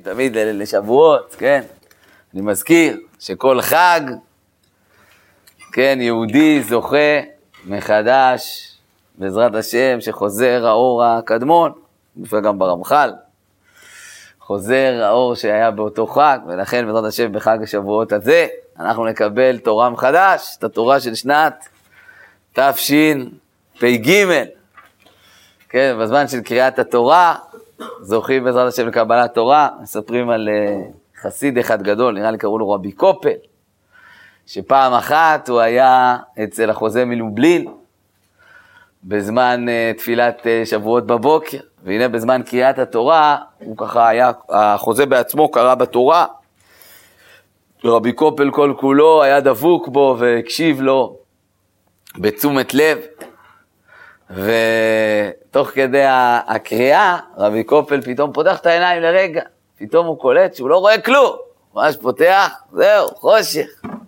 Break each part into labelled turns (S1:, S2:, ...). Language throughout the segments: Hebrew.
S1: תמיד לשבועות, כן? אני מזכיר שכל חג, כן, יהודי זוכה מחדש, בעזרת השם, שחוזר האור הקדמון, לפעמים גם ברמח"ל, חוזר האור שהיה באותו חג, ולכן בעזרת השם בחג השבועות הזה, אנחנו נקבל תורה מחדש, את התורה של שנת תשפ"ג. כן, בזמן של קריאת התורה, זוכים בעזרת השם לקבלת תורה, מספרים על חסיד אחד גדול, נראה לי קראו לו רבי קופל, שפעם אחת הוא היה אצל החוזה מלובלין, בזמן תפילת שבועות בבוקר, והנה בזמן קריאת התורה, הוא ככה היה, החוזה בעצמו קרא בתורה, רבי קופל כל כולו היה דבוק בו והקשיב לו בתשומת לב, ותוך כדי הקריאה, רבי קופל פתאום פותח את העיניים לרגע, פתאום הוא קולט שהוא לא רואה כלום, ממש פותח, זהו, חושך.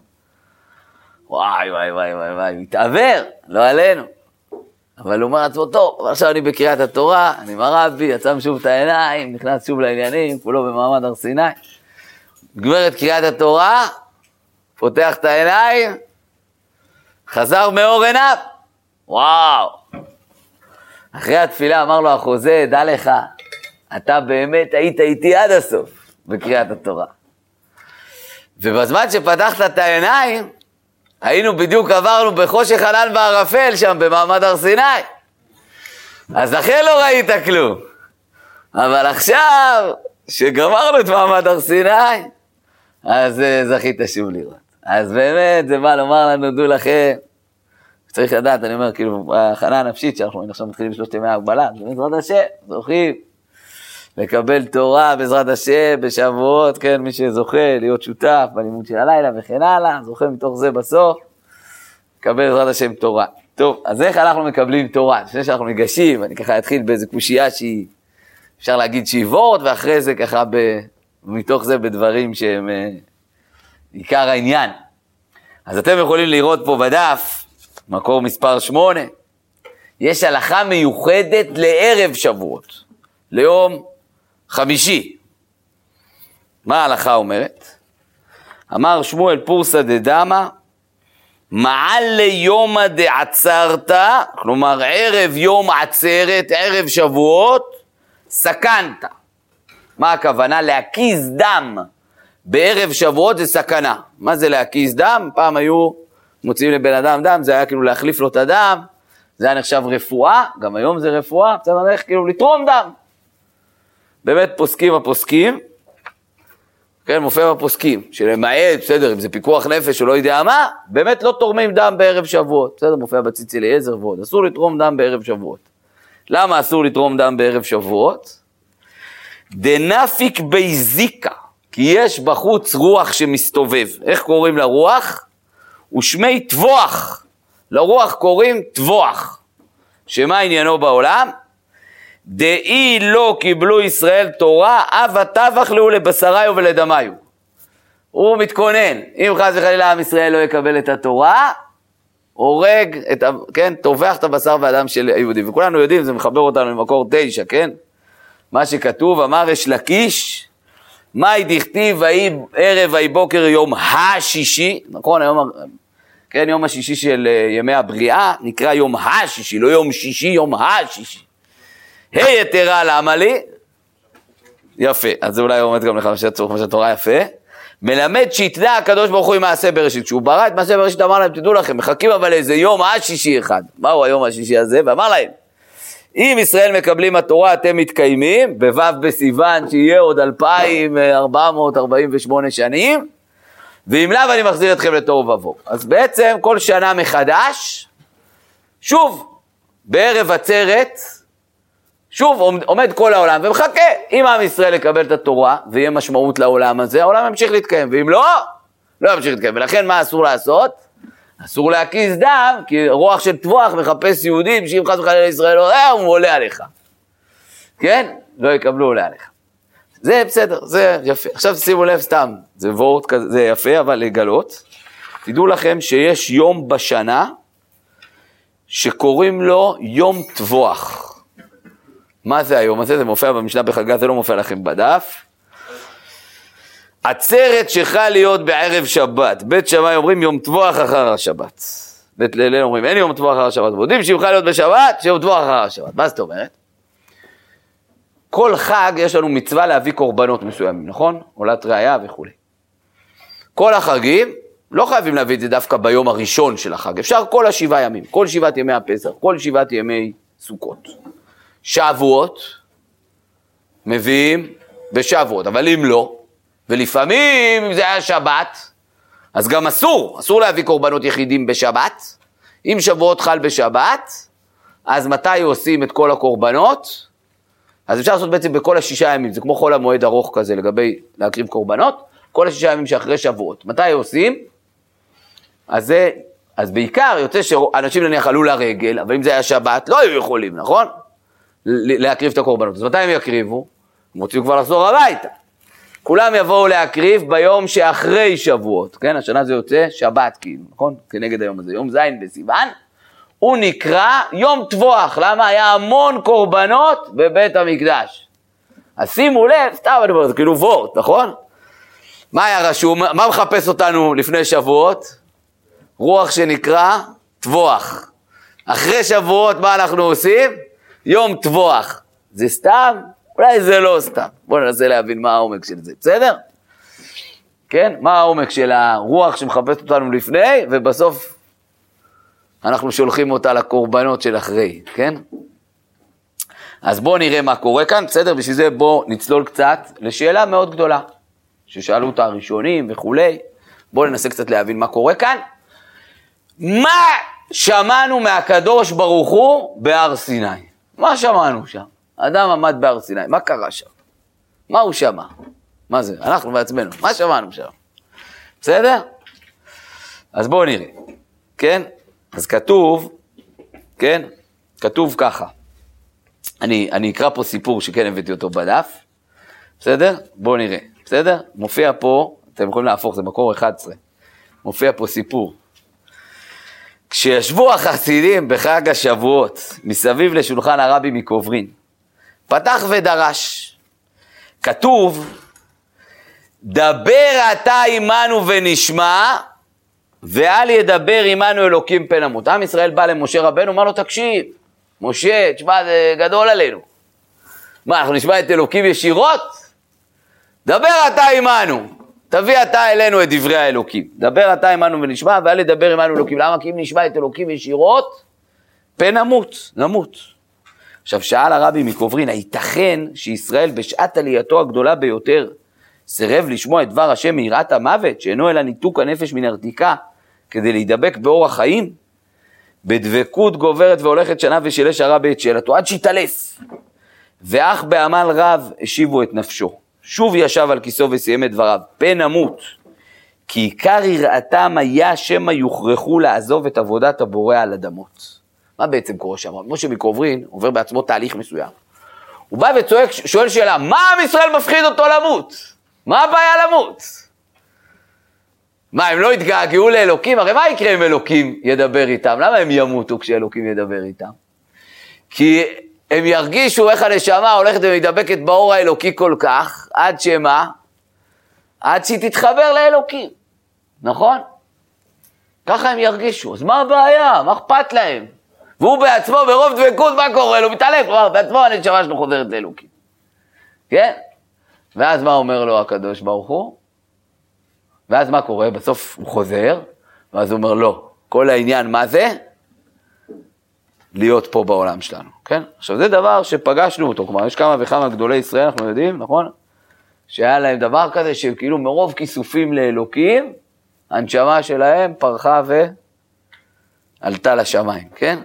S1: וואי וואי וואי וואי וואי, מתעבר, לא עלינו. אבל הוא אומר לעצמו, טוב, עכשיו אני בקריאת התורה, אני עם הרבי, עצם שוב את העיניים, נכנס שוב לעניינים, כולו במעמד הר סיני. גמרת קריאת התורה, פותח את העיניים, חזר מאור עיניו. וואו. אחרי התפילה אמר לו החוזה, דע לך, אתה באמת היית איתי עד הסוף בקריאת התורה. ובזמן שפתחת את העיניים, היינו בדיוק עברנו בחושך ענן וערפל שם במעמד הר סיני. אז לכן לא ראית כלום. אבל עכשיו, שגמרנו את מעמד הר סיני, אז זכית שוב לראות. אז באמת זה בא לומר לנו, דעו לכם, צריך לדעת, אני אומר, כאילו, ההכנה הנפשית שאנחנו עכשיו מתחילים 3 ימי ההגבלה, בעזרת השם, זוכים לקבל תורה בעזרת השם בשבועות, כן, מי שזוכה להיות שותף בלימוד של הלילה וכן הלאה, זוכה מתוך זה בסוף, לקבל בעזרת השם תורה. טוב, אז איך אנחנו מקבלים תורה? לפני שאנחנו ניגשים, אני ככה אתחיל באיזו קושייה שהיא, אפשר להגיד שהיא וורט, ואחרי זה ככה מתוך זה בדברים שהם עיקר העניין. אז אתם יכולים לראות פה בדף, מקור מספר 8, יש הלכה מיוחדת לערב שבועות, ליום חמישי. מה ההלכה אומרת? אמר שמואל פורסא דדמא, מעל ליומא דעצרת, כלומר ערב יום עצרת, ערב שבועות, סכנת. מה הכוונה? להקיז דם בערב שבועות זה סכנה. מה זה להקיז דם? פעם היו מוציאים לבן אדם דם, זה היה כאילו להחליף לו את הדם, זה היה נחשב רפואה, גם היום זה רפואה, צריך ללכת כאילו לתרום דם. באמת הפוסקים, כן, מופיע בפוסקים, שלמעט, בסדר, אם זה פיקוח נפש או לא יודע מה, באמת לא תורמים דם בערב שבועות, בסדר, מופיע בציץ אליעזר ועוד, אסור לתרום דם בערב שבועות. למה אסור לתרום דם בערב שבועות? דנפיק בייזיקה, כי יש בחוץ רוח שמסתובב. איך קוראים לרוח? ושמי טבוח, לרוח קוראים טבוח. שמה עניינו בעולם? דאי לא קיבלו ישראל תורה, אב הטבח לו לבשריו ולדמיו. הוא מתכונן, אם חס וחלילה עם ישראל לא יקבל את התורה, הורג, כן, טובח את הבשר והדם של היהודים. וכולנו יודעים, זה מחבר אותנו למקור 9, כן? מה שכתוב, אמר יש לקיש, מאי דכתיב ויהי ערב ויהי בוקר יום השישי, נכון, היום, כן, יום השישי של ימי הבריאה, נקרא יום השישי, לא יום שישי, יום השישי. היי יתרה, למה לי? יפה, אז זה אולי עומד גם לך התורה יפה. מלמד שיתדע הקדוש ברוך הוא עם מעשה בראשית. כשהוא ברא את מעשה בראשית אמר להם, תדעו לכם, מחכים אבל איזה יום השישי אחד. מהו היום השישי הזה? ואמר להם, אם ישראל מקבלים התורה אתם מתקיימים, בו' בסיוון שיהיה עוד 2448 שנים, ואם לאו אני מחזיר אתכם לתוהו ובוהו. אז בעצם כל שנה מחדש, שוב, בערב עצרת, שוב עומד כל העולם ומחכה. אם עם ישראל יקבל את התורה ויהיה משמעות לעולם הזה, העולם ימשיך להתקיים, ואם לא, לא ימשיך להתקיים. ולכן מה אסור לעשות? אסור להקיז דם, כי רוח של טבוח מחפש יהודים, שאם חס וחלילה ישראל לא ראה, הוא עולה עליך. כן? לא יקבלו עולה עליך. זה בסדר, זה יפה. עכשיו שימו לב סתם, זה וורט כזה, זה יפה, אבל לגלות. תדעו לכם שיש יום בשנה, שקוראים לו יום טבוח. מה זה היום הזה? זה מופיע במשנה בחגה, זה לא מופיע לכם בדף. עצרת שחל להיות בערב שבת. בית שמאי אומרים יום טבוח אחר השבת. בית הלל אומרים אין יום טבוח אחר השבת. ויודעים שיוכל להיות בשבת, שיום טבוח אחר השבת. מה זאת אומרת? כל חג יש לנו מצווה להביא קורבנות מסוימים, נכון? עולת ראיה וכו'. כל החגים לא חייבים להביא את זה דווקא ביום הראשון של החג. אפשר כל 7 ימים, כל 7 ימי הפסח, כל 7 ימי סוכות. שבועות מביאים בשבועות, אבל אם לא, ולפעמים אם זה היה שבת, אז גם אסור להביא קורבנות יחידים בשבת. אם שבועות חל בשבת, אז מתי עושים את כל הקורבנות? אז אפשר לעשות בעצם בכל 6 ימים, זה כמו חול המועד ארוך כזה לגבי להקריב קורבנות, כל 6 ימים שאחרי שבועות. מתי עושים? אז בעיקר יוצא שאנשים נניח עלו לרגל, אבל אם זה היה שבת, לא היו יכולים, נכון? להקריב את הקורבנות. אז מתי הם יקריבו? הם רוצים כבר לחזור הביתה. כולם יבואו להקריב ביום שאחרי שבועות, כן? השנה זה יוצא שבת כאילו, נכון? כנגד היום הזה, יום זין בסיוון. הוא נקרא יום טבוח. למה? היה המון קורבנות בבית המקדש. אז שימו לב, סתם אני אומר, זה כאילו וורט, נכון? מה היה רשום? מה מחפש אותנו לפני שבועות? רוח שנקרא טבוח. אחרי שבועות מה אנחנו עושים? יום טבוח. זה סתם? אולי זה לא סתם. בואו ננסה להבין מה העומק של זה, בסדר? כן? מה העומק של הרוח שמחפש אותנו לפני, ובסוף אנחנו שולחים אותה לקורבנות של אחרי, כן? אז בואו נראה מה קורה כאן, בסדר? בשביל זה בואו נצלול קצת לשאלה מאוד גדולה, ששאלו אותה הראשונים וכולי. בואו ננסה קצת להבין מה קורה כאן. מה שמענו מהקדוש ברוך הוא בהר סיני? מה שמענו שם? אדם עמד בהר סיני, מה קרה שם? מה הוא שמע? מה זה? אנחנו בעצמנו, מה שמענו שם? בסדר? אז בואו נראה, כן? אז כתוב, כן? כתוב ככה. אני אקרא פה סיפור שכן הבאתי אותו בדף, בסדר? בואו נראה, בסדר? מופיע פה, אתם יכולים להפוך, זה מקור 11, מופיע פה סיפור. כשישבו החסידים בחג השבועות, מסביב לשולחן הרבי מקוברין, פתח ודרש. כתוב, דבר אתה עמנו ונשמע, ואל ידבר עמנו אלוקים פן נמות. עם ישראל בא למשה רבנו, אמר לו, תקשיב, משה, תשמע, זה גדול עלינו. מה, אנחנו נשמע את אלוקים ישירות? דבר אתה עמנו, תביא אתה אלינו את דברי האלוקים. דבר אתה עמנו ונשמע, ואל ידבר עמנו אלוקים. למה? כי אם נשמע את אלוקים ישירות, פן נמות, נמות. עכשיו, שאל הרבי מקוברין, הייתכן שישראל בשעת עלייתו הגדולה ביותר, סירב לשמוע את דבר השם מיראת המוות, שאינו אלא ניתוק הנפש מן הרתיקה, כדי להידבק באורח חיים? בדבקות גוברת והולכת שנה ושילש הרבי את שאלתו, עד שהתעלף. ואך בעמל רב השיבו את נפשו. שוב ישב על כיסו וסיים את דבריו, פן נמות. כי עיקר יראתם היה שמא יוכרחו לעזוב את עבודת הבורא על אדמות. מה בעצם קורה שם? משה מקוברין עובר בעצמו תהליך מסוים. הוא בא וצועק, שואל שאלה, מה עם ישראל מפחיד אותו למות? מה הבעיה למות? מה, הם לא התגעגעו לאלוקים? הרי מה יקרה אם אלוקים ידבר איתם? למה הם ימותו כשאלוקים ידבר איתם? כי הם ירגישו איך הנשמה הולכת ומדבקת באור האלוקי כל כך, עד שמה? עד שהיא תתחבר לאלוקים. נכון? ככה הם ירגישו. אז מה הבעיה? מה אכפת להם? והוא בעצמו ברוב דבקות, מה קורה לו? מתעלף, בעצמו הנשמה שלו חוזרת לאלוקים. כן? ואז מה אומר לו הקדוש ברוך הוא? ואז מה קורה? בסוף הוא חוזר, ואז הוא אומר לא. כל העניין מה זה? להיות פה בעולם שלנו. כן? עכשיו זה דבר שפגשנו אותו. כלומר, יש כמה וכמה גדולי ישראל, אנחנו יודעים, נכון? שהיה להם דבר כזה שכאילו מרוב כיסופים לאלוקים, הנשמה שלהם פרחה ועלתה לשמיים, כן?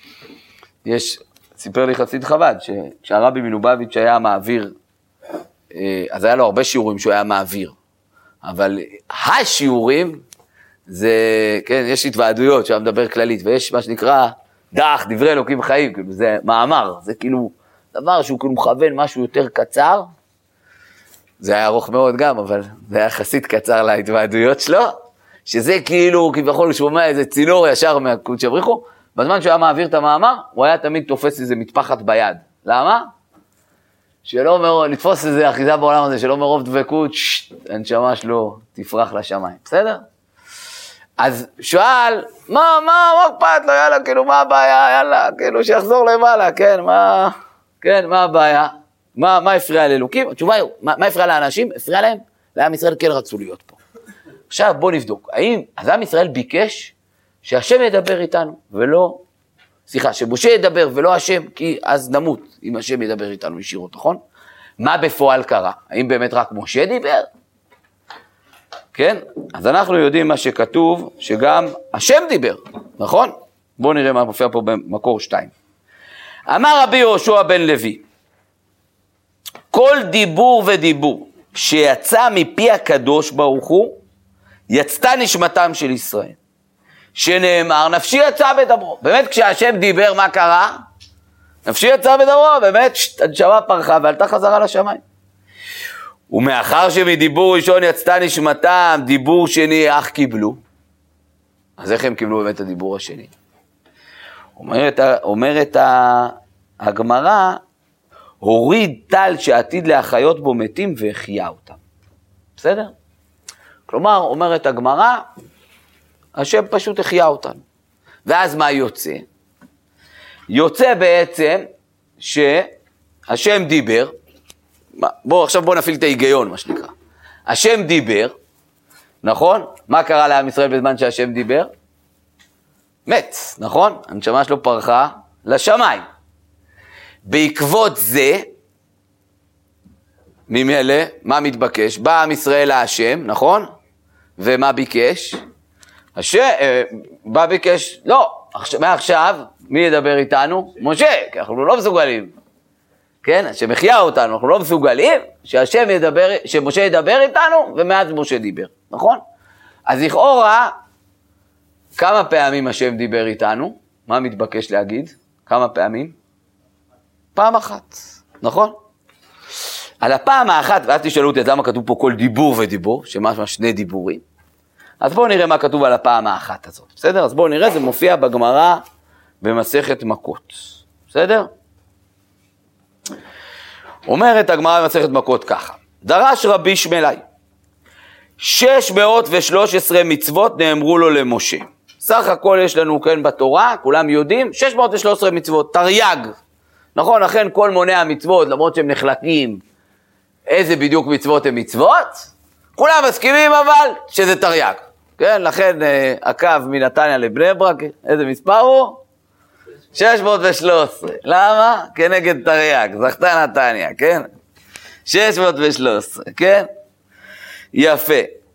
S1: סיפר לי חסיד חב"ד, כשהרבי מלובביץ' היה מעביר, אז היה לו הרבה שיעורים שהוא היה מעביר, אבל השיעורים זה, כן, יש התוועדויות שהוא מדבר כללית, ויש מה שנקרא דח, דברי אלוקים חיים, כאילו זה מאמר, זה כאילו דבר שהוא כאילו מכוון משהו יותר קצר, זה היה ארוך מאוד גם, אבל זה היה חסיד קצר להתוועדויות שלו, שזה כאילו, כביכול הוא שומע איזה צינור ישר מהקודש הבריחו, בזמן שהוא היה מעביר את המאמר, הוא היה תמיד תופס איזה מטפחת ביד. למה? לתפוס איזה אחיזה בעולם הזה, שלא מרוב דבקות, הנשמה שלו תפרח לשמיים, בסדר? אז שואל, מה אכפת לו, יאללה, כאילו, מה הבעיה, יאללה, כאילו, שיחזור למעלה, כן, מה הבעיה? מה הפריע לאלוקים? התשובה היא, מה הפריע לאנשים? הפריע להם? לעם ישראל כן רצו להיות פה. עכשיו בוא נבדוק, אז עם ישראל ביקש שהשם ידבר איתנו, שמשה ידבר ולא השם, כי אז נמות אם השם ידבר איתנו ישירות, נכון? מה בפועל קרה? האם באמת רק משה דיבר? כן? אז אנחנו יודעים מה שכתוב, שגם השם דיבר, נכון? בואו נראה מה מופיע פה במקור 2. אמר רבי יהושע בן לוי, כל דיבור ודיבור שיצא מפי הקדוש ברוך הוא, יצתה נשמתם של ישראל. שנאמר, נפשי יצא בדברו. באמת כשהשם דיבר, מה קרה? נפשי יצא בדברו, באמת הנשמה פרחה ועלתה חזרה לשמיים. ומאחר שמדיבור ראשון יצתה נשמתם, דיבור שני אך קיבלו. אז איך הם קיבלו באמת הדיבור השני? אומרת הגמרא, הוריד טל שעתיד להחיות בו מתים והחיה אותם. בסדר? כלומר, אומרת הגמרא, השם פשוט החיה אותנו. ואז מה יוצא? יוצא בעצם שהשם דיבר, עכשיו בוא נפעיל את ההיגיון, מה שנקרא. השם דיבר, נכון? מה קרה לעם ישראל בזמן שהשם דיבר? מת, נכון? הנשמה שלו פרחה לשמיים. בעקבות זה, ממילא, מה מתבקש? בא עם ישראל להשם, נכון? ומה ביקש? בא ביקש, לא, מעכשיו, מי ידבר איתנו? משה, כי אנחנו לא מסוגלים. כן? השם החיה אותנו, אנחנו לא מסוגלים, שמשה ידבר איתנו, ומאז משה דיבר, נכון? אז לכאורה, כמה פעמים השם דיבר איתנו? מה מתבקש להגיד? כמה פעמים? פעם אחת, נכון? על הפעם האחת, ואז תשאלו אותי, למה כתוב פה כל דיבור ודיבור, שמשמע שני דיבורים? אז בואו נראה מה כתוב על הפעם האחת הזאת, בסדר? אז בואו נראה, זה מופיע בגמרא במסכת מכות, בסדר? אומרת הגמרא במסכת מכות ככה, דרש רבי שמעאי, 613 מצוות נאמרו לו למשה. סך הכל יש לנו כן בתורה, כולם יודעים, 613 מצוות, תרי"ג. נכון, לכן כל מוני המצוות, למרות שהם נחלקים, איזה בדיוק מצוות הם מצוות, כולם מסכימים אבל שזה תרי"ג. כן, לכן הקו מנתניה לבני ברק, איזה מספר הוא? 613. למה? כנגד תרי"ג, זכתה נתניה, כן? 613, כן? יפה.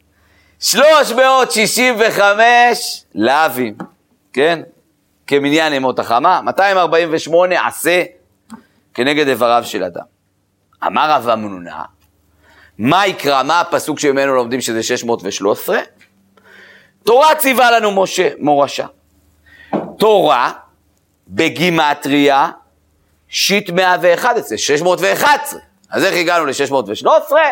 S1: 365 לאווים, כן? כמניין ימות החמה, 248 עשה כנגד איבריו של אדם. אמר רב אמנונה, מה יקרא, מה הפסוק שממנו לומדים שזה 613? תורה ציווה לנו משה, מורשה. תורה בגימטריה שיט 111, 611. אז איך הגענו ל-613?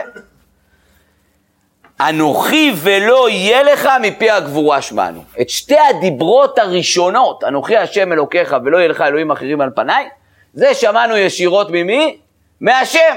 S1: אנוכי ולא יהיה לך מפי הגבורה שמענו. את שתי הדיברות הראשונות, אנוכי השם אלוקיך ולא יהיה לך אלוהים אחרים על פניי, זה שמענו ישירות ממי? מהשם.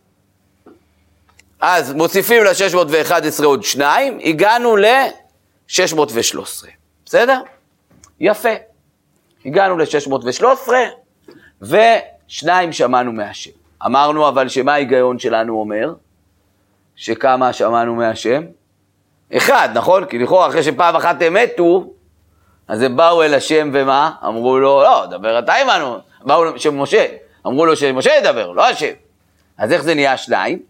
S1: אז מוסיפים ל-611 עוד 2, הגענו ל-613. בסדר? יפה. הגענו ל-613 ושניים שמענו מהשם. אמרנו אבל שמה ההיגיון שלנו אומר? שכמה שמענו מהשם? אחד, נכון? כי לכאורה אחרי שפעם אחת הם מתו, אז הם באו אל השם ומה? אמרו לו, לא, דבר אתה עמנו. באו שמשה, אמרו לו שמשה ידבר, לא השם. אז איך זה נהיה 2?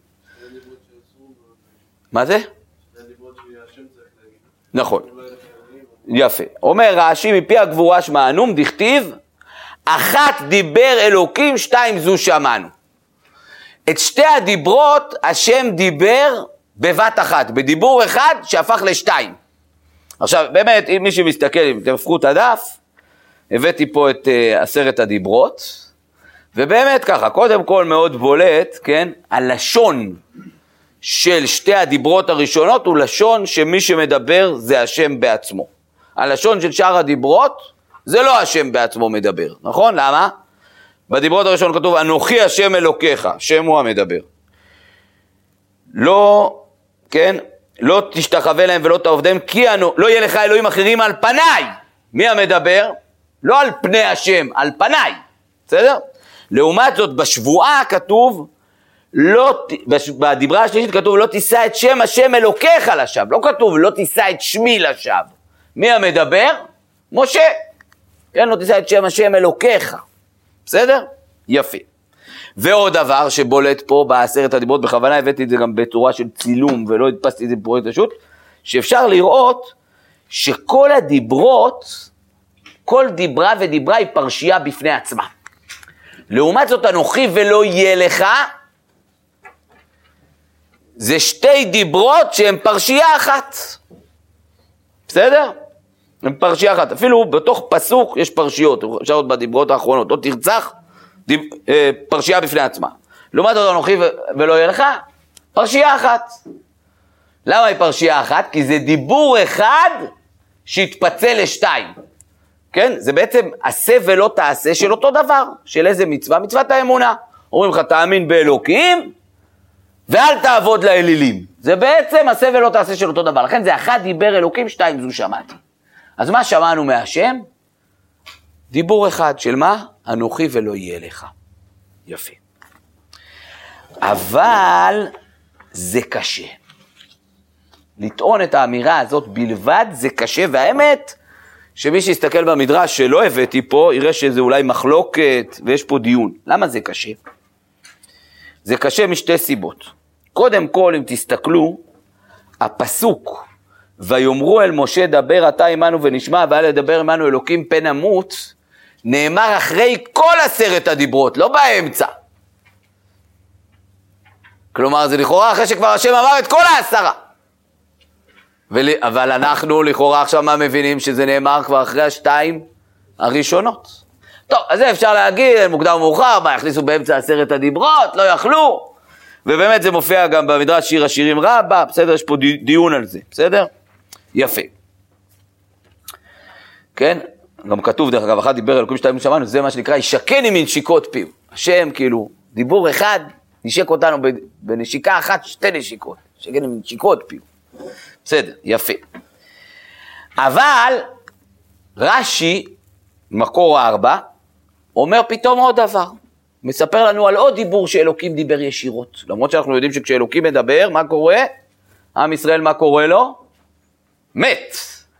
S1: מה זה? נכון. יפה. אומר רש"י מפי הגבורה שמענו, דכתיב, אחת דיבר אלוקים, 2 זו שמענו. את שתי הדיברות השם דיבר בבת אחת, בדיבור אחד שהפך ל2. עכשיו באמת, אם מישהו מסתכל, אם תפכו את הדף, הבאתי פה את 10 הדיברות, ובאמת ככה, קודם כל מאוד בולט, כן, הלשון של שתי הדיברות הראשונות הוא לשון שמי שמדבר זה השם בעצמו. הלשון של שאר הדיברות זה לא השם בעצמו מדבר, נכון? למה? בדיברות הראשון כתוב, אנוכי השם אלוקיך, שם הוא המדבר. לא, כן, לא תשתחווה להם ולא תעבדם, כי לא יהיה לך אלוהים אחרים על פניי. מי המדבר? לא על פני השם, על פניי. בסדר? לעומת זאת, בשבועה כתוב, בדיברה השלישית כתוב, לא תישא את שם השם אלוקיך לשווא. לא כתוב, לא תישא את שמי לשווא. מי המדבר? משה. כן, לא תישא את שם השם אלוקיך. בסדר? יפה. ועוד דבר שבולט פה בעשרת הדיברות, בכוונה הבאתי את זה גם בצורה של צילום, ולא הדפסתי את זה בפרויקט השו"ת, שאפשר לראות שכל הדיברות, כל דיברה ודיברה היא פרשייה בפני עצמה. לעומת זאת, אנוכי ולא יהיה לך, זה שתי דיברות שהן פרשייה אחת. בסדר? הן פרשייה אחת. אפילו בתוך פסוק יש פרשיות, אפשר עוד בדיברות האחרונות, לא תרצח, פרשייה בפני עצמה. לעומת זאת, אנוכי ולא יהיה לך, פרשייה אחת. למה היא פרשייה אחת? כי זה דיבור אחד שהתפצל לשתיים. כן? זה בעצם עשה ולא תעשה של אותו דבר. של איזה מצווה? מצוות האמונה. אומרים לך, תאמין באלוקים, ואל תעבוד לאלילים. זה בעצם עשה ולא תעשה של אותו דבר. לכן זה אחד דיבר אלוקים, שתיים זו שמעתי. אז מה שמענו מהשם? דיבור אחד של מה? אנוכי ולא יהיה לך. יפה. אבל זה קשה. לטעון את האמירה הזאת בלבד זה קשה, והאמת שמי שיסתכל במדרש שלא הבאתי פה, יראה שזה אולי מחלוקת ויש פה דיון. למה זה קשה? זה קשה משתי סיבות. קודם כל, אם תסתכלו, הפסוק, ויאמרו אל משה דבר אתה עמנו ונשמע, ואל ידבר עמנו אלוקים פן נמות, נאמר אחרי כל 10 הדיברות, לא באמצע. כלומר, זה לכאורה אחרי שכבר השם אמר את כל 10. אבל אנחנו לכאורה עכשיו מה מבינים שזה נאמר כבר אחרי 2 הראשונות. טוב, אז זה אפשר להגיד, מוקדם ומאוחר, מה, יכניסו באמצע 10 הדיברות, לא יכלו. ובאמת זה מופיע גם במדרש שיר השירים רבה, בסדר, יש פה דיון על זה, בסדר? יפה. כן? גם כתוב, דרך אגב, אחד דיבר אלוקים שתיים שמענו, זה מה שנקרא, ישקן עם נשיקות פיו. השם, כאילו, דיבור אחד, נשק אותנו בנשיקה אחת, 2 נשיקות. ישקן עם נשיקות פיו. בסדר, יפה. אבל, רש"י, מקור 4, אומר פתאום עוד דבר. מספר לנו על עוד דיבור שאלוקים דיבר ישירות. למרות שאנחנו יודעים שכשאלוקים מדבר, מה קורה? עם ישראל, מה קורה לו? מת.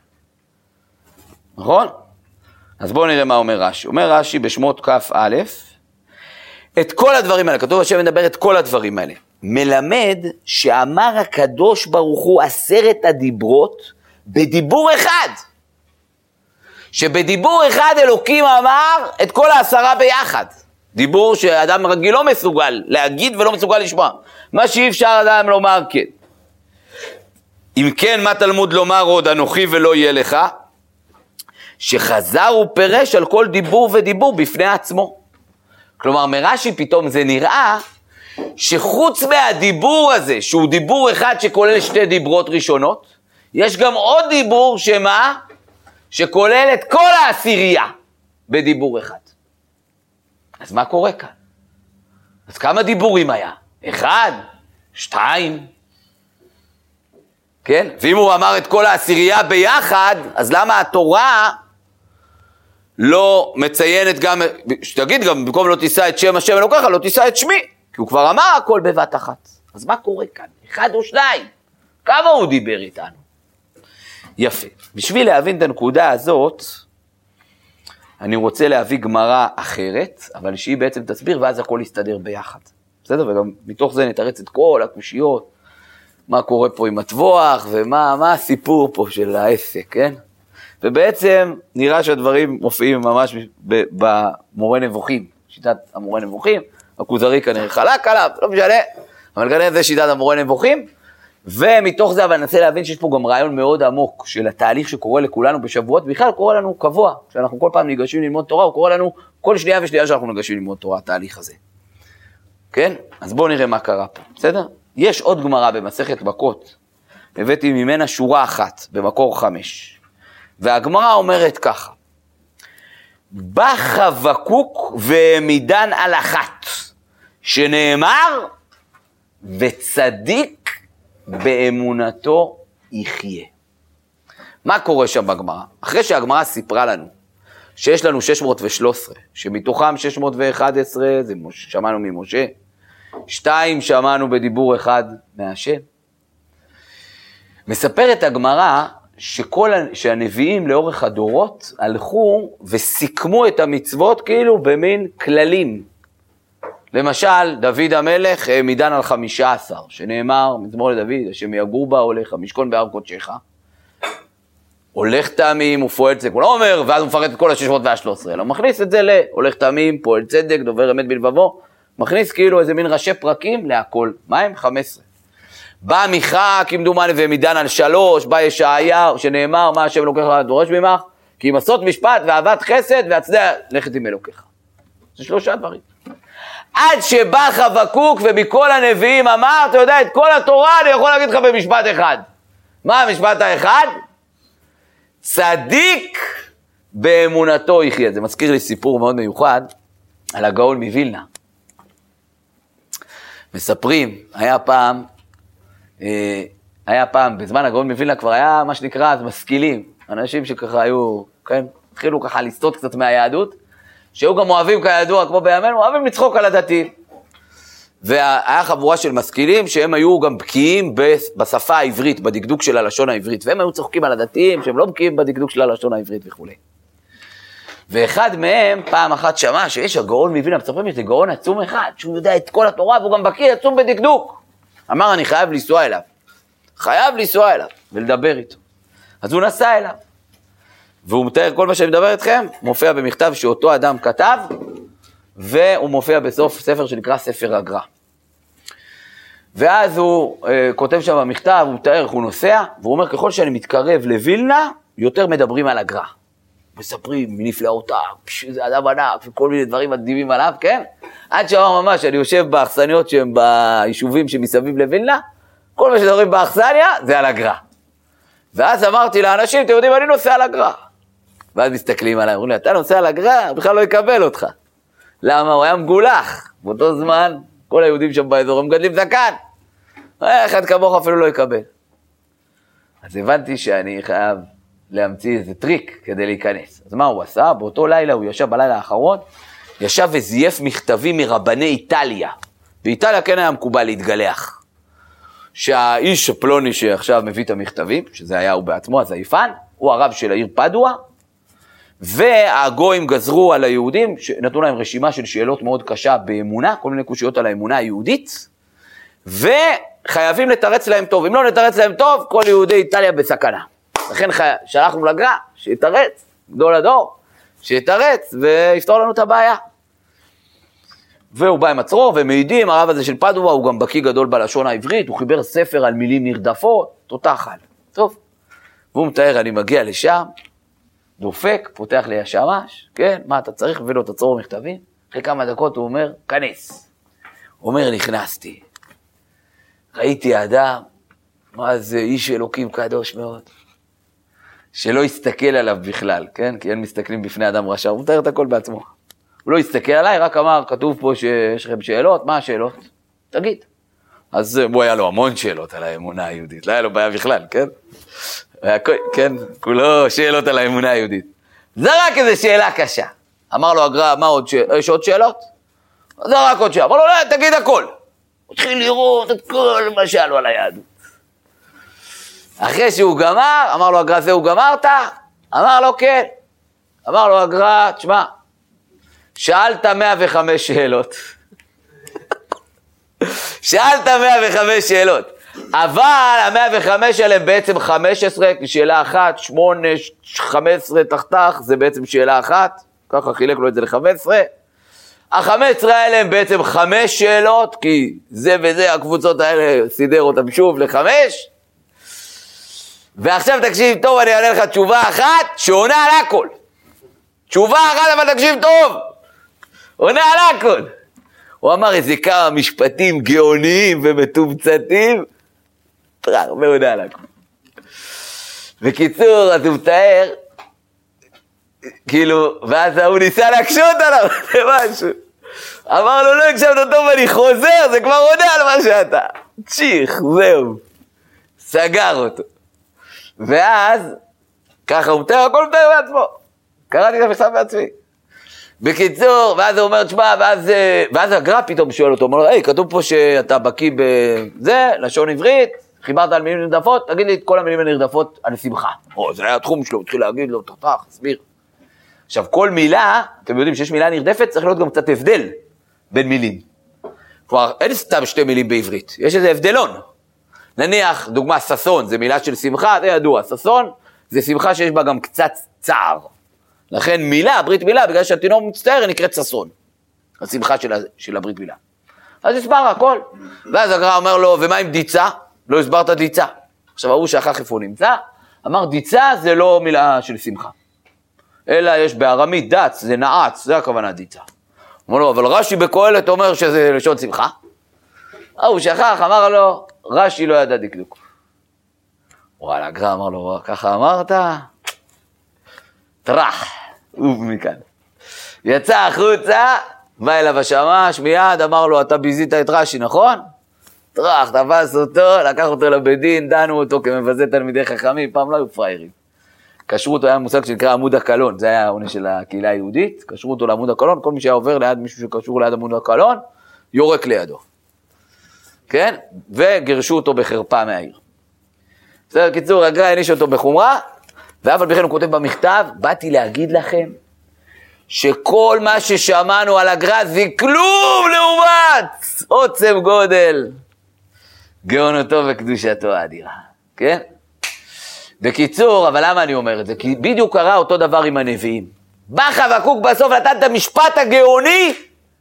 S1: נכון? אז בואו נראה מה אומר רש"י. אומר רש"י בשמות כ"א, את כל הדברים האלה, כתוב השם מדבר את כל הדברים האלה, מלמד שאמר הקדוש ברוך הוא 10 הדיברות בדיבור אחד. שבדיבור אחד אלוקים אמר את כל 10 ביחד. דיבור שאדם רגיל לא מסוגל להגיד ולא מסוגל לשמוע. מה שאי אפשר אדם לומר כן. אם כן, מה תלמוד לומר עוד אנוכי ולא יהיה לך? שחזר ופרש על כל דיבור ודיבור בפני עצמו. כלומר, מרש"י פתאום זה נראה שחוץ מהדיבור הזה, שהוא דיבור אחד שכולל 2 דיברות ראשונות, יש גם עוד דיבור שמה? שכולל את כל 10 בדיבור אחד. אז מה קורה כאן? אז כמה דיבורים היה? 1, 2, כן? ואם הוא אמר את כל 10 ביחד, אז למה התורה לא מציינת גם, שתגיד גם, במקום לא תישא את שם השם אלוקיך, לא תישא את שמי, כי הוא כבר אמר הכל בבת אחת. אז מה קורה כאן? 1 או 2? כמה הוא דיבר איתנו? יפה. בשביל להבין את הנקודה הזאת, אני רוצה להביא גמרא אחרת, אבל שהיא בעצם תסביר, ואז הכל יסתדר ביחד. בסדר? וגם מתוך זה נתרץ את כל הקושיות, מה קורה פה עם הטבוח, ומה הסיפור פה של העסק, כן? ובעצם נראה שהדברים מופיעים ממש במורה נבוכים, שיטת המורה נבוכים, הכוזרי כנראה חלק עליו, לא משנה, אבל כנראה זה שיטת המורה נבוכים, ומתוך זה אבל ננסה להבין שיש פה גם רעיון מאוד עמוק של התהליך שקורה לכולנו בשבועות, בכלל קורה לנו קבוע, כשאנחנו כל פעם ניגשים ללמוד תורה, הוא קורה לנו כל שנייה ושנייה שאנחנו ניגשים ללמוד תורה, התהליך הזה. כן? אז בואו נראה מה קרה פה, בסדר? יש עוד גמרא במסכת מכות, הבאתי ממנה שורה אחת במקור 5, והגמרא אומרת ככה, בא חבקוק והעמידן על אחת, שנאמר, וצדיק באמונתו יחיה. מה קורה שם בגמרא? אחרי שהגמרא סיפרה לנו שיש לנו 613, שמתוכם 611 זה שמענו ממשה, 2 שמענו בדיבור אחד מהשם. מספרת הגמרא שהנביאים לאורך הדורות הלכו וסיכמו את המצוות כאילו במין כללים. למשל, דוד המלך העמידן על 15, שנאמר, מזמור לדוד, השם יגור בה הולך, המשכון בהר קודשך. הולך תמים ופועל צדק. הוא לא אומר, ואז הוא מפרט את כל ה-613, אלא הוא מכניס את זה הולך תמים, פועל צדק, דובר אמת בלבבו, מכניס כאילו איזה מין ראשי פרקים להכל. מה הם? 15. בא מיכה כמדומני והעמידן על 3, בא ישעיהו שנאמר, מה השם אלוקיך דורש ממך? כי אם עשות משפט ואהבת חסד והצדק לכת עם אלוקיך. זה 3 דברים. עד שבא חבקוק ומכל הנביאים אמר, אתה יודע, את כל התורה אני יכול להגיד לך במשפט אחד. מה המשפט האחד? צדיק באמונתו יחיה. זה מזכיר לי סיפור מאוד מיוחד על הגאון מווילנה. מספרים, היה פעם, בזמן הגאון מווילנה כבר היה מה שנקרא אז משכילים, אנשים שככה היו, כן, התחילו ככה לסטות קצת מהיהדות, שהיו גם אוהבים כידוע, כמו בימינו, אוהבים לצחוק על הדתיים. והיה חבורה של משכילים שהם היו גם בקיאים בשפה העברית, בדקדוק של הלשון העברית, והם היו צוחקים על הדתיים שהם לא בקיאים בדקדוק של הלשון העברית וכו'. ואחד מהם פעם אחת שמע שיש הגאון מווילנה, מספרים יש גאון עצום אחד, שהוא יודע את כל התורה והוא גם בקיא עצום בדקדוק. אמר אני חייב לנסוע אליו ולדבר איתו. אז הוא נסע אליו. והוא מתאר כל מה שאני מדבר איתכם, מופיע במכתב שאותו אדם כתב, והוא מופיע בסוף ספר שנקרא ספר הגר"א. ואז הוא כותב שם במכתב, הוא מתאר איך הוא נוסע, והוא אומר ככל שאני מתקרב לווילנה, יותר מדברים על הגר"א. מספרים מנפלאותיו, זה אדם ענק, וכל מיני דברים מדהימים עליו, כן? עד שאמר ממש, אני יושב באכסניות שהם ביישובים שמסביב לווילנה, כל מה שדברים באכסניה זה על הגר"א. ואז אמרתי לאנשים, אתם יודעים, אני נוסע על הגר"א. ואז מסתכלים עליי, אומרים לי, אתה נוסע על הגר"א, בכלל לא יקבל אותך. למה? הוא היה מגולח. באותו זמן, כל היהודים שם באזור, הם מגדלים זקן. אחד כמוך אפילו לא יקבל. אז הבנתי שאני חייב להמציא איזה טריק כדי להיכנס. אז מה הוא עשה? באותו לילה, הוא ישב בלילה האחרון, ישב וזייף מכתבים מרבני איטליה. באיטליה כן היה מקובל להתגלח. שהאיש הפלוני שעכשיו מביא את המכתבים, שזה היה הוא בעצמו, הזייפן, הוא הרב של העיר פדואה, והגויים גזרו על היהודים, נתנו להם רשימה של שאלות מאוד קשה באמונה, כל מיני קושיות על האמונה היהודית, וחייבים לתרץ להם טוב. אם לא נתרץ להם טוב, כל יהודי איטליה בסכנה. לכן שלחנו לגר"א, שיתרץ, גדול הדור, שיתרץ ויפתור לנו את הבעיה. והוא בא עם הצרור ומעידים, הרב הזה של פדואה, הוא גם בקיא גדול בלשון העברית, הוא חיבר ספר על מילים נרדפות, תותח על. טוב, והוא מתאר, אני מגיע לשם, דופק, פותח לי השמש, כן, מה אתה צריך? מביא לו את הצרור מכתבים, אחרי כמה דקות הוא אומר, כנס. הוא אומר, נכנסתי, ראיתי אדם, מה זה איש אלוקים קדוש מאוד, שלא יסתכל עליו בכלל, כן, כי אין מסתכלים בפני אדם רשע, הוא מתאר את הכל בעצמו. הוא לא הסתכל עליי, רק אמר, כתוב פה שיש לכם שאלות, מה השאלות? תגיד. אז הוא היה לו המון שאלות על האמונה היהודית, לא היה לו בעיה בכלל, כן? כן, כולו שאלות על האמונה היהודית. זה רק איזו שאלה קשה. אמר לו הגר"א, מה עוד יש עוד שאלות? זה רק עוד שאלה. אמר לו, לא, תגיד הכל. הוא התחיל לראות את כל מה שאלו על היהדות. אחרי שהוא גמר, אמר לו הגר"א, זהו גמרת? אמר לו, כן. אמר לו הגר"א, תשמע, שאלת 105 שאלות. שאלת 105 שאלות. אבל ה-105 האלה בעצם 15, שאלה אחת, 8, 15 תחתך, זה בעצם שאלה אחת, ככה חילק לו את זה ל-15. ה-15 האלה הם בעצם 5 שאלות, כי זה וזה, הקבוצות האלה סידר אותם שוב ל-5. ועכשיו תקשיב טוב, אני אענה לך תשובה אחת, שעונה על הכל. תשובה אחת, אבל תקשיב טוב, עונה על הכל. הוא אמר איזה כמה משפטים גאוניים ומתומצתים, הרבה עונה על הכל. בקיצור, אז הוא מתאר, כאילו, ואז הוא ניסה להקשות עליו, זה משהו. אמר לו, לא הקשבת טוב, אני חוזר, זה כבר עונה על מה שאתה. תשיך, זהו. סגר אותו. ואז, ככה הוא מתאר, הכל מתאר בעצמו. קראתי את המכתב בעצמי. בקיצור, ואז הוא אומר, תשמע, ואז הגר"א פתאום שואל אותו, אומר לו, היי, כתוב פה שאתה בקיא בזה, לשון עברית, חיברת על מילים נרדפות, תגיד לי את כל המילים הנרדפות על שמחה. זה היה התחום שלו, התחיל להגיד לו, תחתך, הסביר. עכשיו, כל מילה, אתם יודעים שיש מילה נרדפת, צריך להיות גם קצת הבדל בין מילים. כלומר, אין סתם שתי מילים בעברית, יש איזה הבדלון. נניח, דוגמה, ססון, זה מילה של שמחה, זה ידוע, ססון, זה שמחה שיש בה גם קצת צער. לכן מילה, ברית מילה, בגלל שהתינוק מצטער, היא נקראת ססון. השמחה של הברית מילה. אז הסבר הכל. ואז הגר"א אומר לו, ומה עם דיצה? לא הסברת דיצה. עכשיו, הוא שכח איפה הוא נמצא, אמר, דיצה זה לא מילה של שמחה. אלא יש בארמית דץ, זה נעץ, זה הכוונה דיצה. הוא אומר לו, אבל רש"י בקהלת אומר שזה לשון שמחה. הוא שכח, אמר לו, רש"י לא ידע דקדוק. וואלה, הגר"א אמר לו, ככה אמרת? טרח, מכאן. יצא החוצה, בא אליו השמש, מיד אמר לו, אתה ביזית את רש"י, נכון? טרח, תפס אותו, לקח אותו לבית דין, דנו אותו כמבזה תלמידי חכמים, פעם לא היו פריירים. קשרו אותו, היה מושג שנקרא עמוד הקלון, זה היה העונש של הקהילה היהודית, קשרו אותו לעמוד הקלון, כל מי שהיה עובר ליד מישהו שקשור ליד עמוד הקלון, יורק לידו. כן? וגרשו אותו בחרפה מהעיר. בסדר, קיצור, הגר"א העניש אותו בחומרה, ואף על פי כן הוא כותב במכתב, באתי להגיד לכם, שכל מה ששמענו על הגר"א זה כלום לעומת עוצם גודל, גאונותו וקדושתו האדירה. כן? בקיצור, אבל למה אני אומר את זה? כי בדיוק קרה אותו דבר עם הנביאים. בא חבקוק בסוף נתן את המשפט הגאוני,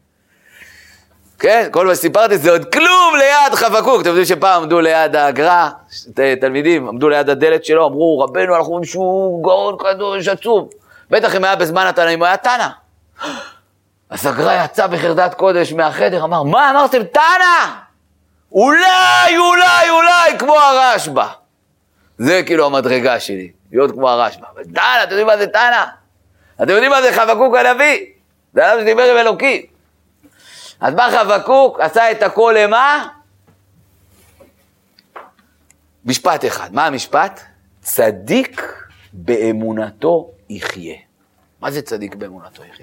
S1: כן? כל מה שסיפרתי זה עוד כלום ליד חבקוק. אתם יודעים שפעם עמדו ליד הגר"א, תלמידים עמדו ליד הדלת שלו, אמרו, רבנו, אנחנו רואים שהוא גאון קדוש עצום. בטח אם היה בזמן התנאים, הוא היה תנא. אז הגר"א יצא בחרדת קודש מהחדר, אמר, מה אמרתם תנא? אולי, כמו הרשב"א. זה כאילו המדרגה שלי, להיות כמו הרשב"א. אבל תנא, אתם יודעים מה זה תנא? אתם יודעים מה זה חבקוק הנביא? זה אדם שדיבר עם אלוקים. אז בא חבקוק, עשה את הכל למה? משפט אחד. מה המשפט? צדיק באמונתו יחיה. מה זה צדיק באמונתו יחיה?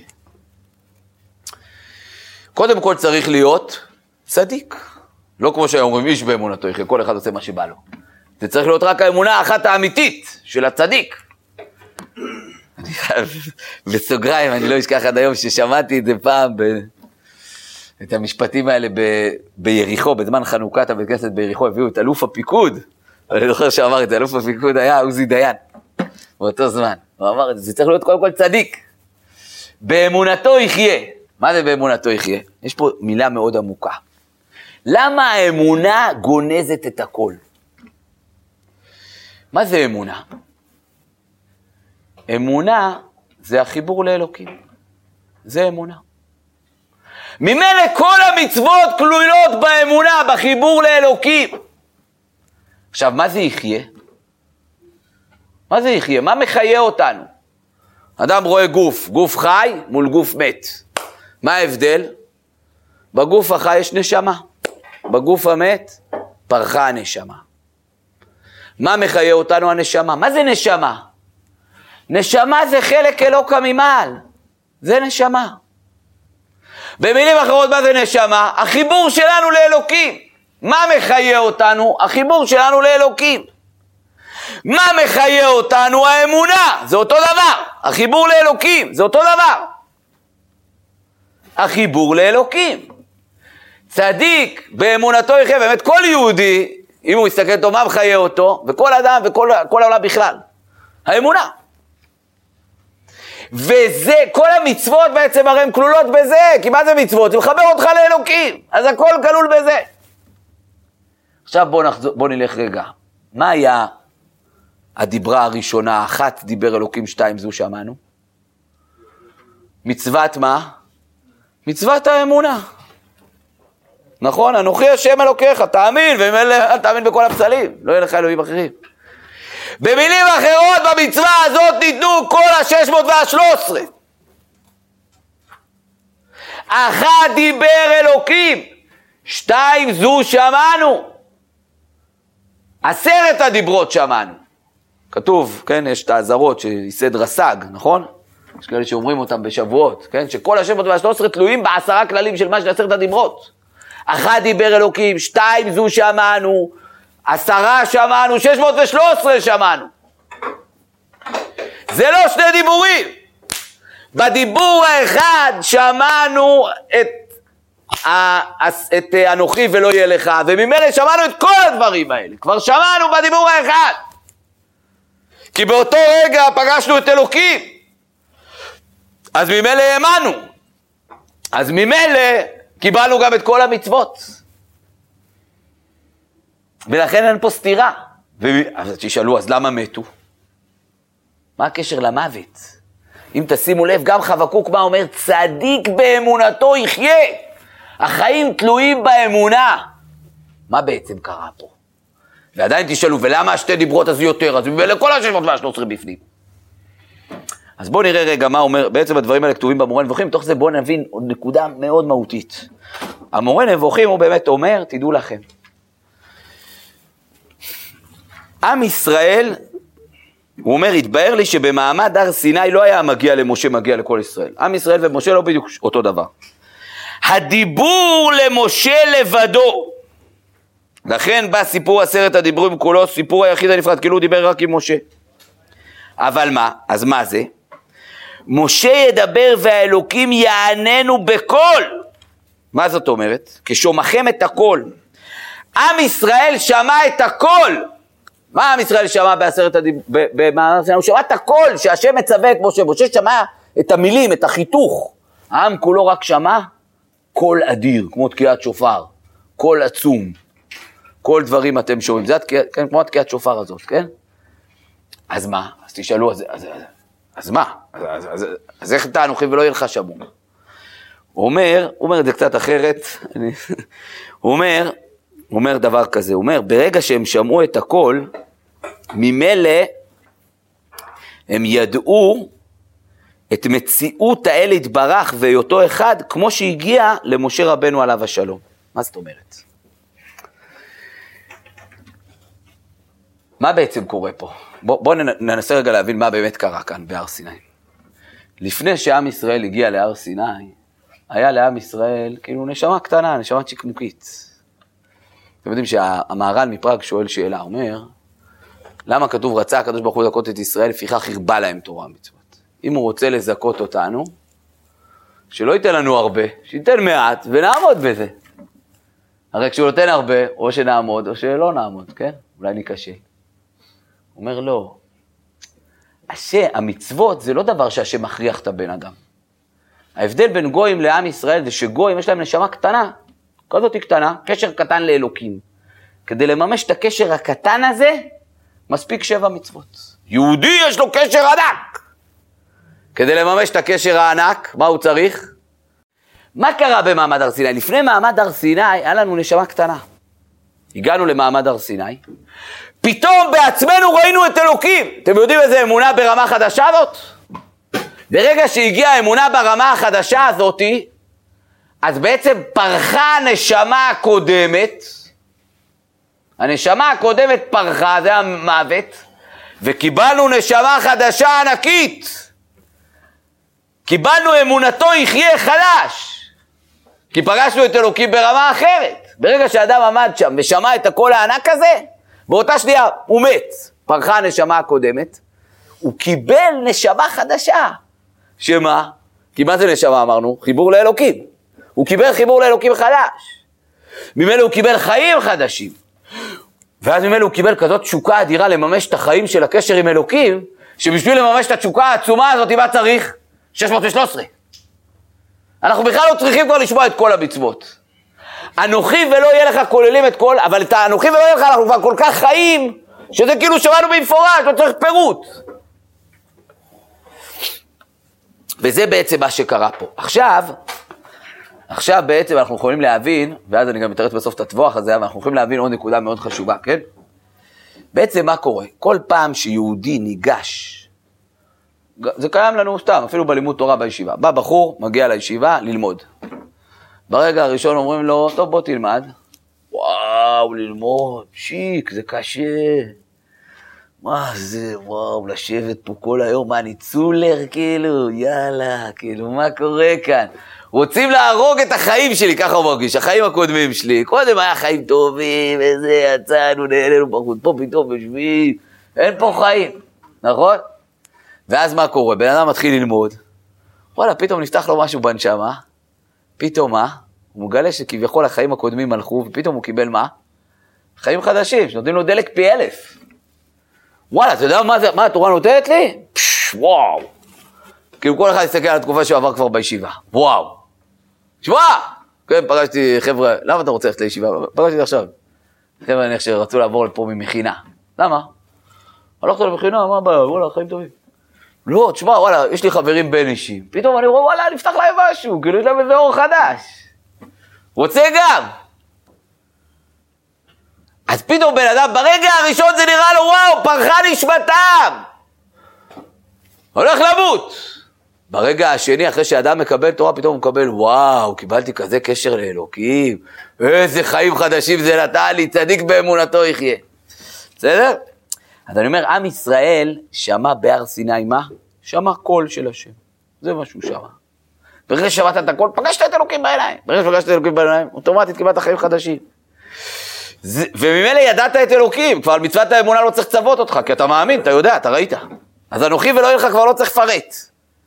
S1: קודם כל צריך להיות צדיק. לא כמו שאומרים איש באמונתו יחיה, כל אחד עושה מה שבא לו. זה צריך להיות רק האמונה האחת האמיתית של הצדיק. אני חייב, בסוגריים, אני לא אשכח עד היום ששמעתי את זה פעם, את המשפטים האלה ביריחו, בזמן חנוכת הבית כנסת ביריחו, הביאו את אלוף הפיקוד, אני זוכר שאמר את זה, אלוף הפיקוד היה עוזי דיין, באותו זמן. הוא אמר את זה, זה צריך להיות קודם כל צדיק. באמונתו יחיה. מה זה באמונתו יחיה? יש פה מילה מאוד עמוקה. למה האמונה גונזת את הכל? מה זה אמונה? אמונה זה החיבור לאלוקים. זה אמונה. ממילא כל המצוות כלולות באמונה, בחיבור לאלוקים. עכשיו, מה זה יחיה? מה זה יחיה? מה מחיה אותנו? אדם רואה גוף חי מול גוף מת. מה ההבדל? בגוף החי יש נשמה. בגוף המת פרחה הנשמה. מה מחיה אותנו הנשמה? מה זה נשמה? נשמה זה חלק אלוקא ממעל. זה נשמה. במילים אחרות, מה זה נשמה? החיבור שלנו לאלוקים. מה מחיה אותנו? החיבור שלנו לאלוקים. מה מחיה אותנו? האמונה. זה אותו דבר. החיבור לאלוקים. זה אותו דבר. החיבור לאלוקים. צדיק באמונתו יחיה. באמת כל יהודי, אם הוא יסתכל אותו, מה מחיה אותו? וכל אדם וכל העולם בכלל. האמונה. וזה, כל המצוות בעצם הרי הן כלולות בזה, כי מה זה מצוות? זה מחבר אותך לאלוקים, אז הכל כלול בזה. עכשיו בוא נלך רגע, מה היה הדיברה הראשונה? אחת דיבר אלוקים, שתיים זו שמענו. מצוות מה? מצוות האמונה. נכון? אנוכי השם אלוקיך, תאמין, ואם אלה, תאמין בכל הפסלים, לא יהיה לך אלוהים אחרים. במילים אחרות, במצווה הזאת ניתנו כל ה-613. אחת דיבר אלוקים, 2 זו שמענו. 10 הדיברות שמענו. כתוב, כן, יש את האזהרות שיסד רס"ג, נכון? יש כאלה שאומרים אותם בשבועות, כן? שכל ה-613 תלויים ב10 כללים של מה של 10 הדיברות. אחת דיבר אלוקים, 2 זו שמענו, 10 שמענו, 613 שמענו. זה לא 2 דיבורים. בדיבור האחד שמענו את אנוכי ולא יהיה לך, וממילא שמענו את כל הדברים האלה. כבר שמענו בדיבור האחד. כי באותו רגע פגשנו את אלוקים. אז ממילא האמנו. אז ממילא קיבלנו גם את כל המצוות. ולכן אין פה סתירה. אז תשאלו, אז למה מתו? מה הקשר למוות? אם תשימו לב, גם חבקוק מה אומר? צדיק באמונתו יחיה. החיים תלויים באמונה. מה בעצם קרה פה? ועדיין תשאלו, ולמה 2 דיברות אז יותר? אז לכל ה-613 בפנים. אז בואו נראה רגע מה אומר, בעצם הדברים האלה כתובים במורה נבוכים, תוך זה בואו נבין עוד נקודה מאוד מהותית. המורה נבוכים הוא באמת אומר, תדעו לכם, עם ישראל, הוא אומר, התבהר לי שבמעמד הר סיני לא היה מגיע למשה, מגיע לכל ישראל. עם ישראל ומשה לא בדיוק אותו דבר. הדיבור למשה לבדו. לכן בא סיפור 10 הדיבורים כולו, סיפור היחיד הנפרד, כאילו הוא דיבר רק עם משה. אבל מה? אז מה זה? משה ידבר והאלוקים יעננו בקול. מה זאת אומרת? כשומעכם את הקול. עם ישראל שמע את הקול. מה עם ישראל שמע הוא שמע את הקול שהשם מצווה את משה. משה שמע את המילים, את החיתוך. העם כולו רק שמע קול אדיר, כמו תקיעת שופר. קול עצום. כל דברים אתם שומעים. זה כן, כמו תקיעת שופר הזאת, כן? אז מה? אז תשאלו, אז מה? אז איך אתה אנוכי ולא יהיה לך שמוע? הוא אומר את זה קצת אחרת. הוא אומר דבר כזה, הוא אומר, ברגע שהם שמעו את הכל, ממילא הם ידעו את מציאות האל יתברך והיותו אחד, כמו שהגיע למשה רבנו עליו השלום. מה זאת אומרת? מה בעצם קורה פה? בואו ננסה רגע להבין מה באמת קרה כאן בהר סיני. לפני שעם ישראל הגיע להר סיני, היה לעם ישראל כאילו נשמה קטנה, נשמה צ'יקמוקית. אתם יודעים שהמהר"ל מפראג שואל שאלה, אומר, למה כתוב רצה הקדוש ברוך הוא לזכות את ישראל, לפיכך הרבה להם תורה ומצוות? אם הוא רוצה לזכות אותנו, שלא ייתן לנו הרבה, שייתן מעט ונעמוד בזה. הרי כשהוא נותן הרבה, או שנעמוד או שלא נעמוד, כן? אולי נקשה. הוא אומר לא, המצוות זה לא דבר שהשם מכריח את הבן אדם. ההבדל בין גויים לעם ישראל זה שגויים יש להם נשמה קטנה, כזאת היא קטנה, קשר קטן לאלוקים. כדי לממש את הקשר הקטן הזה, מספיק 7 מצוות. יהודי יש לו קשר ענק. כדי לממש את הקשר הענק, מה הוא צריך? מה קרה במעמד הר סיני? לפני מעמד הר סיני היה לנו נשמה קטנה. הגענו למעמד הר סיני, פתאום בעצמנו ראינו את אלוקים. אתם יודעים איזה אמונה ברמה חדשה הזאת? ברגע שהגיעה האמונה ברמה החדשה הזאת, אז בעצם פרחה הנשמה הקודמת, הנשמה הקודמת פרחה, זה המוות, וקיבלנו נשמה חדשה ענקית. קיבלנו אמונתו יחיה חלש, כי פגשנו את אלוקים ברמה אחרת. ברגע שאדם עמד שם ושמע את הקול הענק הזה, באותה שנייה הוא מת, פרחה הנשמה הקודמת, הוא קיבל נשמה חדשה. שמה? כי מה זה נשמה אמרנו? חיבור לאלוקים. הוא קיבל חיבור לאלוקים חדש. ממילא הוא קיבל חיים חדשים. ואז ממילא הוא קיבל כזאת תשוקה אדירה לממש את החיים של הקשר עם אלוקים, שבשביל לממש את התשוקה העצומה הזאת, מה צריך? 613. אנחנו בכלל לא צריכים כבר לשמוע את כל המצוות. אנוכי ולא יהיה לך כוללים את כל, אבל את האנוכי ולא יהיה לך אנחנו כבר כל כך חיים, שזה כאילו שמענו במפורש, לא צריך פירוט. וזה בעצם מה שקרה פה. עכשיו בעצם אנחנו יכולים להבין, ואז אני גם מתארת בסוף את הטבוח הזה, אבל אנחנו יכולים להבין עוד נקודה מאוד חשובה, כן? בעצם מה קורה? כל פעם שיהודי ניגש, זה קיים לנו סתם, אפילו בלימוד תורה בישיבה. בא בחור, מגיע לישיבה, ללמוד. ברגע הראשון אומרים לו, טוב בוא תלמד. וואו, ללמוד, שיק, זה קשה. מה זה, וואו, לשבת פה כל היום, מה ניצולר, כאילו, יאללה, כאילו, מה קורה כאן? רוצים להרוג את החיים שלי, ככה הוא מרגיש, החיים הקודמים שלי. קודם היה חיים טובים, איזה יצאנו, נהלנו בחוץ, פה פתאום בשביל, אין פה חיים, נכון? ואז מה קורה? בן אדם מתחיל ללמוד, וואלה, פתאום נפתח לו משהו בנשמה, פתאום מה? הוא מגלה שכביכול החיים הקודמים הלכו, ופתאום הוא קיבל מה? חיים חדשים, שנותנים לו דלק פי 1000. וואלה, אתה יודע מה התורה נותנת לי? וואו. כאילו כל אחד יסתכל על התקופה שהוא עבר כבר בישיבה. וואו. שבוע! כן, פגשתי חבר'ה, למה אתה רוצה ללכת לישיבה? פגשתי עכשיו. חבר'ה, אני חושב שרצו לעבור לפה ממכינה. למה? הלכת למכינה, מה הבעיה? וואלה, חיים טובים. לא, תשמע, וואלה, יש לי חברים בין אישים. פתאום אני רואה, וואלה, נפתח להם משהו, כאילו יש להם איזה אור חדש. רוצה גם. אז פתאום בן אדם, ברגע הראשון זה נראה לו, וואו, פרחה נשמתם. הולך למות. ברגע השני, אחרי שאדם מקבל תורה, פתאום הוא מקבל, וואו, קיבלתי כזה קשר לאלוקים. איזה חיים חדשים זה נתן לי, צדיק באמונתו יחיה. בסדר? אז אני אומר, עם ישראל שמע בהר סיני מה? שמע קול של השם. זה מה שהוא שמע. ברגע ששמעת את הקול, פגשת את אלוקים בעיניים. ברגע שפגשת את אלוקים בעיניים, אוטומטית קיבלת חיים חדשים. וממילא ידעת את אלוקים, כבר על מצוות האמונה לא צריך לצוות אותך, כי אתה מאמין, אתה יודע, אתה ראית. אז אנוכי ולא יהיה לך כבר לא צריך לפרט.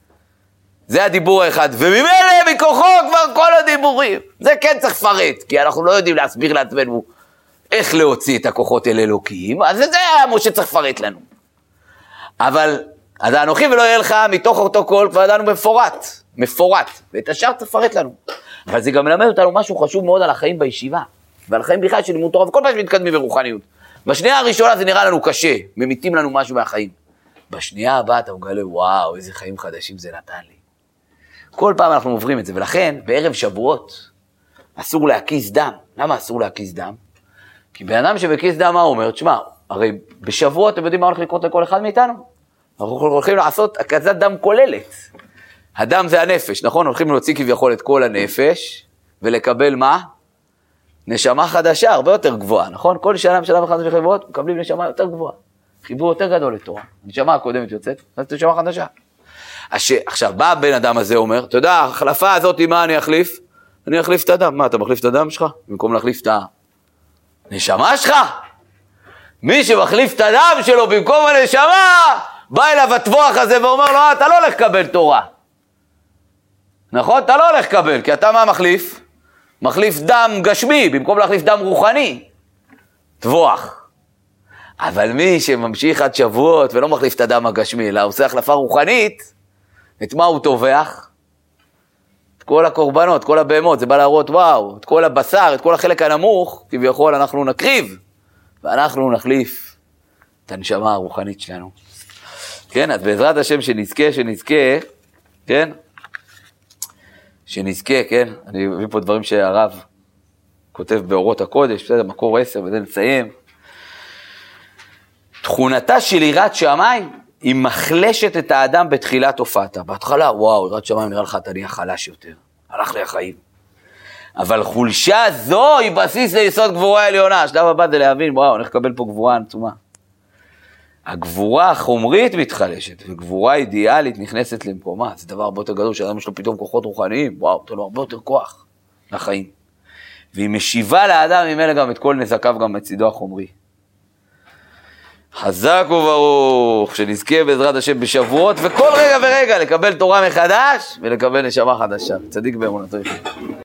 S1: זה הדיבור האחד, וממילא מכוחו כבר כל הדיבורים. זה כן צריך לפרט, כי אנחנו לא יודעים להסביר לעצמנו איך להוציא את הכוחות אל אלוקים, אז זה מה שצריך לפרט לנו. אבל, אז האנוכי ולא יהיה לך מתוך אותו קול, כבר ידענו מפורט, ואת השאר צריך לפרט לנו. אבל זה גם מלמד אותנו משהו חשוב מאוד על החיים בישיבה, ועל החיים בכלל של לימוד תורה, וכל פעם שמתקדמים ברוחניות. בשנייה הראשונה זה נראה לנו קשה, ממיתים לנו משהו מהחיים. בשנייה הבאה אתה מגלה, וואו, איזה חיים חדשים זה נתן לי. כל פעם אנחנו עוברים את זה, ולכן בערב שבועות אסור להקיס דם. למה אסור להקיס דם? כי בן אדם שבקיס דם מה אומר? תשמע, הרי בשבועות אתם יודעים מה הולך לקרות לכל אחד מאיתנו? אנחנו הולכים לעשות הקזת דם כוללת. הדם זה הנפש, נכון? הולכים להוציא כביכול את כל הנפש, ולקבל מה? נשמה חדשה, הרבה יותר גבוהה, נכון? כל שנה וחדש וחברות מקבלים נשמה יותר גבוהה. חיבור יותר גדול לתורה. הנשמה הקודמת יוצאת, אז נשמה חדשה. עכשיו, בא הבן אדם הזה אומר, אתה יודע, ההחלפה הזאת, מה אני אחליף? אני אחליף את הדם. מה, אתה מחליף את הדם שלך? במקום להחליף את הנשמה שלך? מי שמחליף את הדם שלו במקום הנשמה, בא אליו הטבוח הזה ואומר לו, אתה לא הולך לקבל תורה. נכון? אתה לא הולך לקבל, כי אתה מה מחליף? מחליף דם גשמי, במקום להחליף דם רוחני. טבוח. אבל מי שממשיך עד שבועות ולא מחליף את הדם הגשמי, אלא עושה החלפה רוחנית, את מה הוא טובח? את כל הקורבנות, כל הבהמות, זה בא להראות וואו, את כל הבשר, את כל החלק הנמוך, כביכול אנחנו נקריב, ואנחנו נחליף את הנשמה הרוחנית שלנו. כן, אז בעזרת השם שנזכה, כן? שנזכה, כן? אני מביא פה דברים שהרב כותב באורות הקודש, בסדר, מקור 10, וזה נסיים. תכונתה של יראת שמיים, היא מחלשת את האדם בתחילת הופעתה. בהתחלה, וואו, יראת שמיים נראה לך, אתה נהיה חלש יותר. הלך לי החיים. אבל חולשה זו היא בסיס ליסוד גבורה עליונה. השלב הבא זה להבין, וואו, אני לקבל פה גבורה עצומה. הגבורה החומרית מתחלשת, וגבורה אידיאלית נכנסת למקומה. זה דבר הרבה יותר גדול, שאדם יש לו פתאום כוחות רוחניים. וואו, אתה לו הרבה יותר כוח לחיים. והיא משיבה לאדם ממילא גם את כל נזקיו, גם מצידו החומרי. חזק וברוך, שנזכה בעזרת השם בשבועות, וכל רגע ורגע לקבל תורה מחדש, ולקבל נשמה חדשה. צדיק באמונתו.